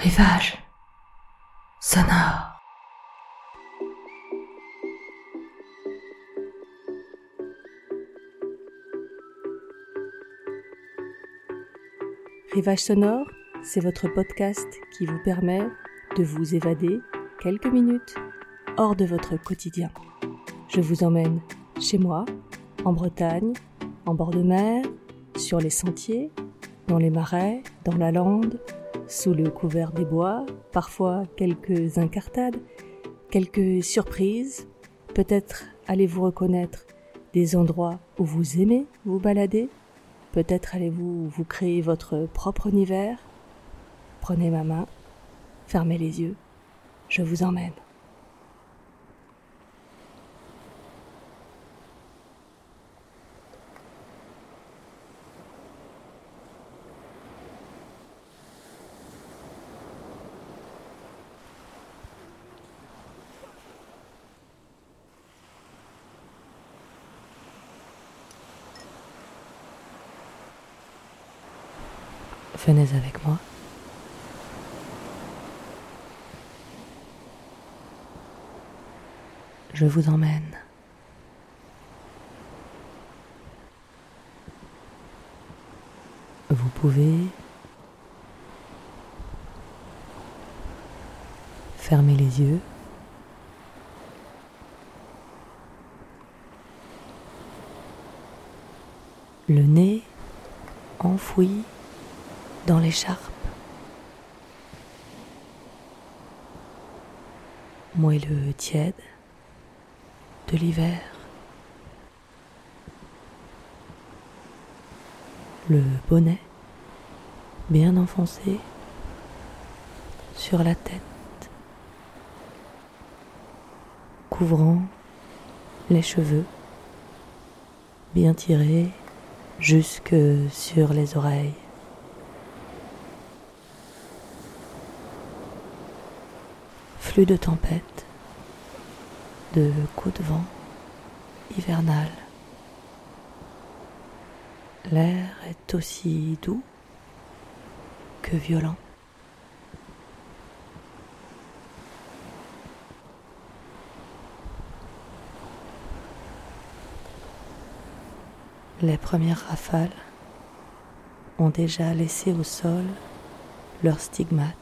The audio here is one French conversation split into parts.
Rivage sonore. Rivage sonore, c'est votre podcast qui vous permet de vous évader quelques minutes hors de votre quotidien. Je vous emmène chez moi, en Bretagne, en bord de mer, sur les sentiers, dans les marais, dans la lande, sous le couvert des bois, parfois quelques incartades, quelques surprises. Peut-être allez-vous reconnaître des endroits où vous aimez vous balader. Peut-être allez-vous vous créer votre propre univers. Prenez ma main, fermez les yeux, je vous emmène. Venez avec moi. Je vous emmène. Vous pouvez fermer les yeux. Le nez enfoui dans l'écharpe. Moelleux tiède de l'hiver. Le bonnet bien enfoncé sur la tête, couvrant les cheveux, bien tirés jusque sur les oreilles. Flux de tempête, de coups de vent hivernal. L'air est aussi doux que violent. Les premières rafales ont déjà laissé au sol leurs stigmates.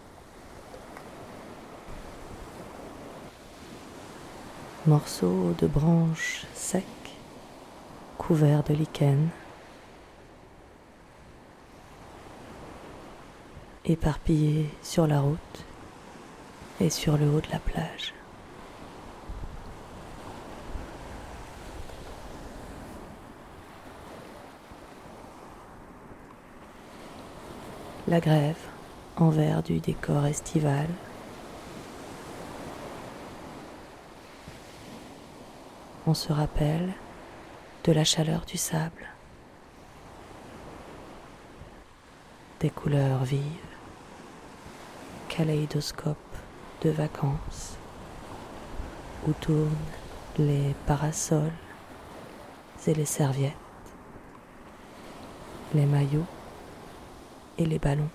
Morceaux de branches secs, couverts de lichen, éparpillés sur la route et sur le haut de la plage. La grève en vert du décor estival. On se rappelle de la chaleur du sable, des couleurs vives, kaléidoscope de vacances, où tournent les parasols et les serviettes, les maillots et les ballons,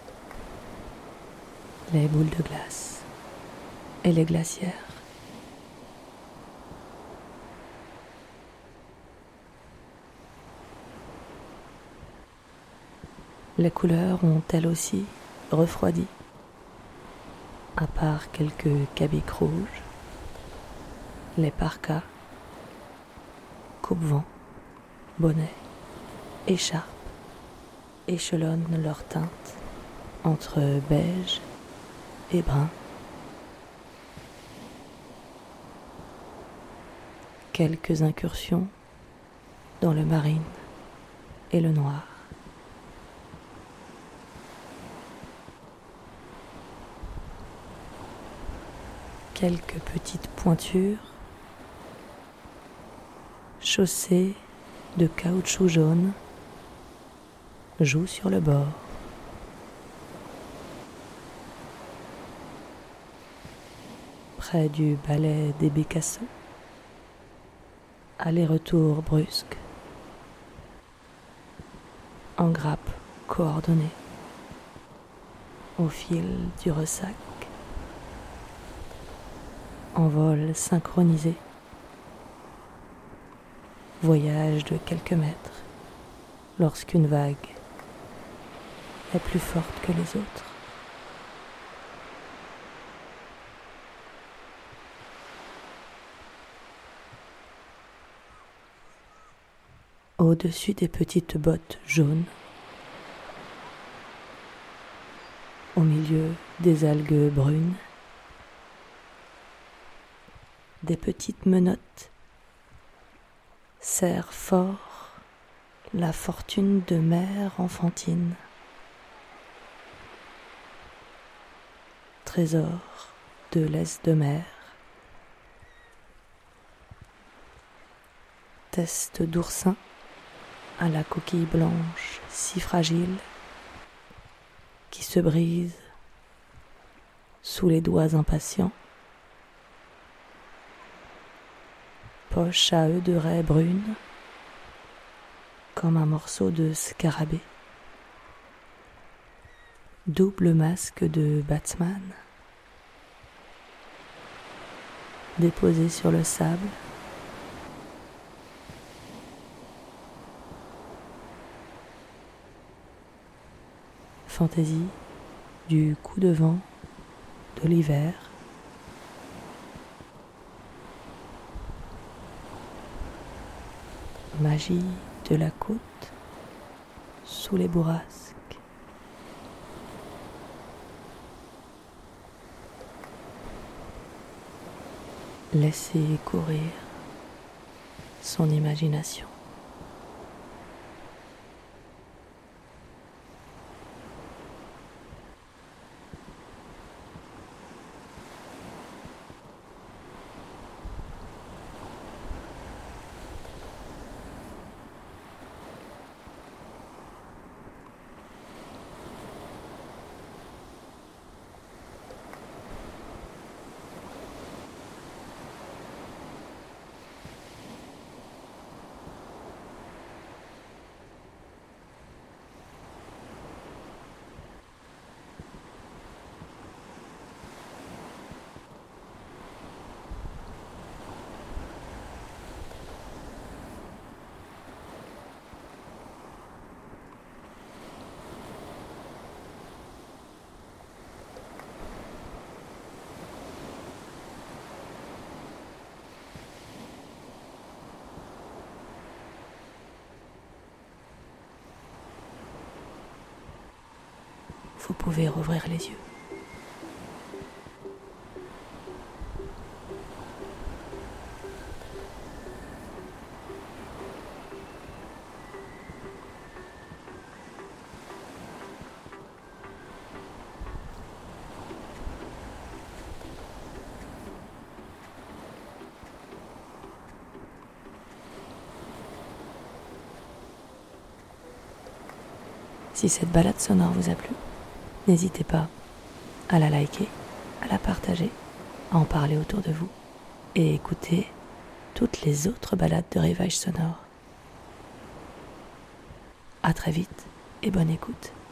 les boules de glace et les glacières. Les couleurs ont elles aussi refroidi, à part quelques cabiques rouges, les parkas, coupe-vent, bonnets, écharpes échelonnent leurs teintes entre beige et brun. Quelques incursions dans le marine et le noir. Quelques petites pointures, chaussées de caoutchouc jaune, jouent sur le bord. Près du balai des Bécassos, aller-retour brusque, en grappe coordonnée. au fil du ressac, en vol synchronisé, voyage de quelques mètres lorsqu'une vague est plus forte que les autres. Au-dessus des petites bottes jaunes, au milieu des algues brunes, des petites menottes serrent fort la fortune de mère enfantine. Trésor de laisse de mer, teste d'oursin à la coquille blanche si fragile qui se brise sous les doigts impatients, poche à œufs de raie brune comme un morceau de scarabée, double masque de Batman déposé sur le sable, fantaisie du coup de vent de l'hiver, magie de la côte sous les bourrasques, laissez courir son imagination. Vous pouvez rouvrir les yeux. Si cette balade sonore vous a plu, n'hésitez pas à la liker, à la partager, à en parler autour de vous et écouter toutes les autres balades de rivage sonore. À très vite et bonne écoute.